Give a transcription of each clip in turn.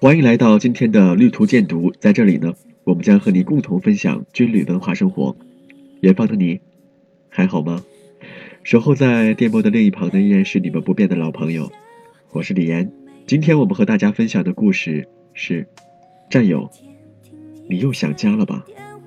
欢迎来到今天的绿图鉴读，在这里呢，我们将和你共同分享军旅文化生活。远方的你，还好吗？守候在电波的另一旁的依然是你们不变的老朋友，我是李岩。今天我们和大家分享的故事是：战友，你又想家了吧？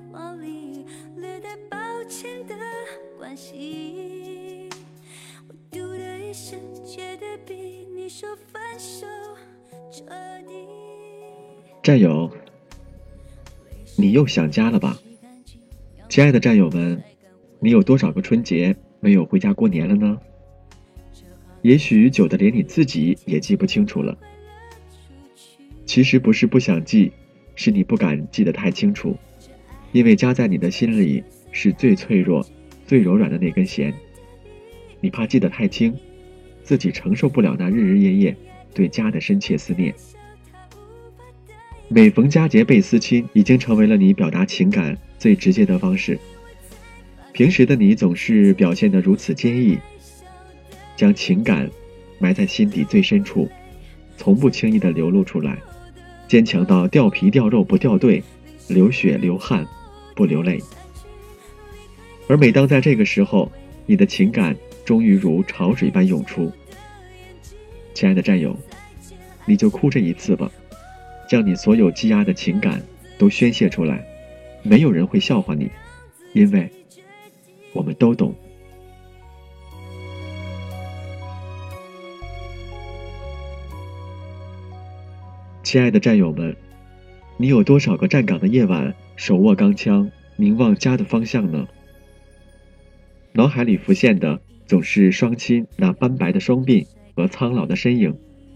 战友，你又想家了吧？亲爱的战友们，你有多少个春节没有回家过年了呢？也许久的连你自己也记不清楚了。其实不是不想记，是你不敢记得太清楚，因为家在你的心里是最脆弱、最柔软的那根弦。你怕记得太清，自己承受不了那日日夜夜对家的深切思念。每逢佳节倍思亲已经成为了你表达情感最直接的方式。平时的你总是表现得如此坚毅，将情感埋在心底最深处，从不轻易地流露出来，坚强到掉皮掉肉不掉队，流血流汗不流泪。而每当在这个时候，你的情感终于如潮水般涌出。亲爱的战友，你就哭这一次吧，将你所有积压的情感都宣泄出来，没有人会笑话你，因为我们都懂。亲爱的战友们，你有多少个站岗的夜晚，手握钢枪，凝望家的方向呢？脑海里浮现的总是双亲那斑白的双鬓和苍老的身影。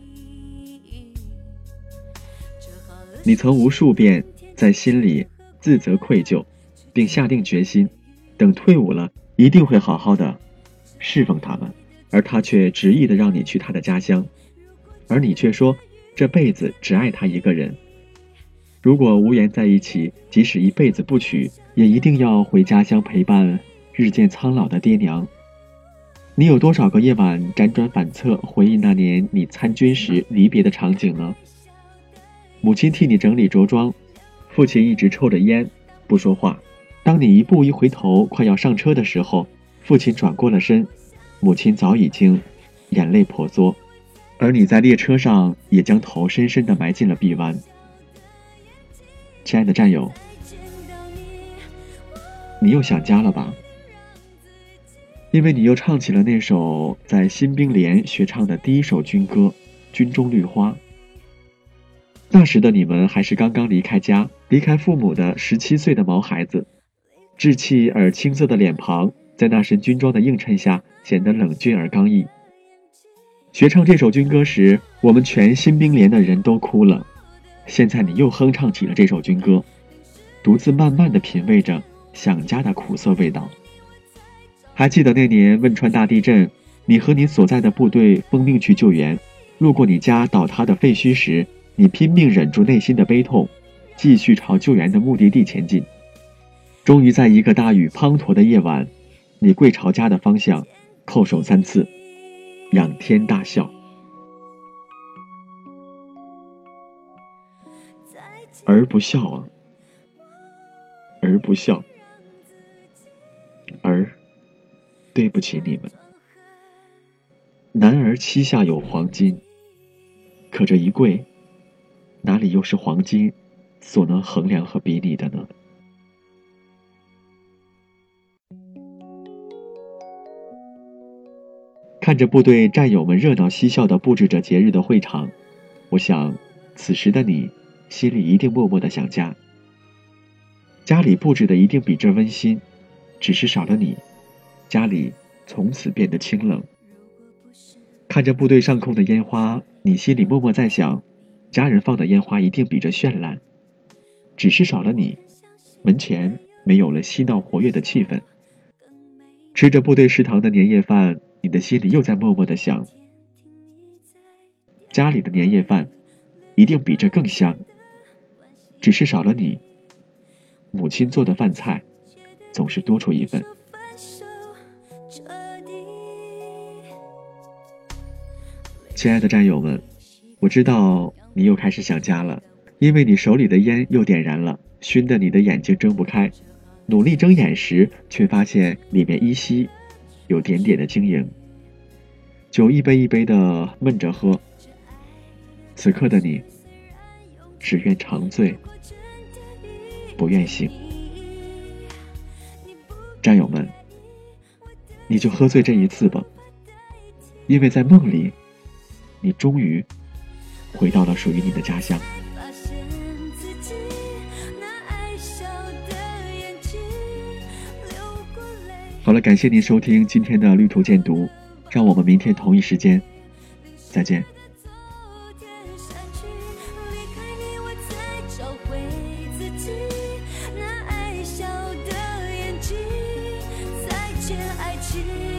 你曾无数遍在心里自责愧疚，并下定决心，等退伍了一定会好好的侍奉他们，而他却执意的让你去他的家乡，而你却说这辈子只爱他一个人。如果无缘在一起，即使一辈子不娶，也一定要回家乡陪伴日渐苍老的爹娘。你有多少个夜晚辗转反侧，回忆那年你参军时离别的场景呢？母亲替你整理着装，父亲一直抽着烟不说话。当你一步一回头快要上车的时候，父亲转过了身，母亲早已经眼泪婆娑，而你在列车上也将头深深地埋进了臂弯。亲爱的战友，你又想家了吧？因为你又唱起了那首在新兵连学唱的第一首军歌《军中绿花》。那时的你们还是刚刚离开家，离开父母的17岁的毛孩子，稚气而青涩的脸庞在那身军装的映衬下显得冷峻而刚毅。学唱这首军歌时，我们全新兵连的人都哭了。现在你又哼唱起了这首军歌，独自慢慢地品味着想家的苦涩味道。还记得那年汶川大地震，你和你所在的部队奉命去救援，路过你家倒塌的废墟时，你拼命忍住内心的悲痛，继续朝救援的目的地前进。终于在一个大雨滂沱的夜晚，你跪朝家的方向叩首3次，仰天大笑。儿不孝啊，儿不孝，儿对不起你们。男儿膝下有黄金，可这一跪，哪里又是黄金所能衡量和比拟的呢？看着部队战友们热闹嬉笑地布置着节日的会场，我想此时的你心里一定默默地想家。家里布置的一定比这温馨，只是少了你，家里从此变得清冷。看着部队上空的烟花，你心里默默在想，家人放的烟花一定比这绚烂，只是少了你，门前没有了嬉闹活跃的气氛。吃着部队食堂的年夜饭，你的心里又在默默地想，家里的年夜饭一定比这更香，只是少了你，母亲做的饭菜总是多出一份。亲爱的战友们，我知道你又开始想家了，因为你手里的烟又点燃了，熏得你的眼睛睁不开。努力睁眼时，却发现里面依稀有点点的晶莹。酒一杯一杯的闷着喝，此刻的你，只愿长醉，不愿醒。战友们，你就喝醉这一次吧，因为在梦里，你终于回到了属于你的家乡。好了，感谢您收听今天的绿图鉴读，让我们明天同一时间再见。 爱情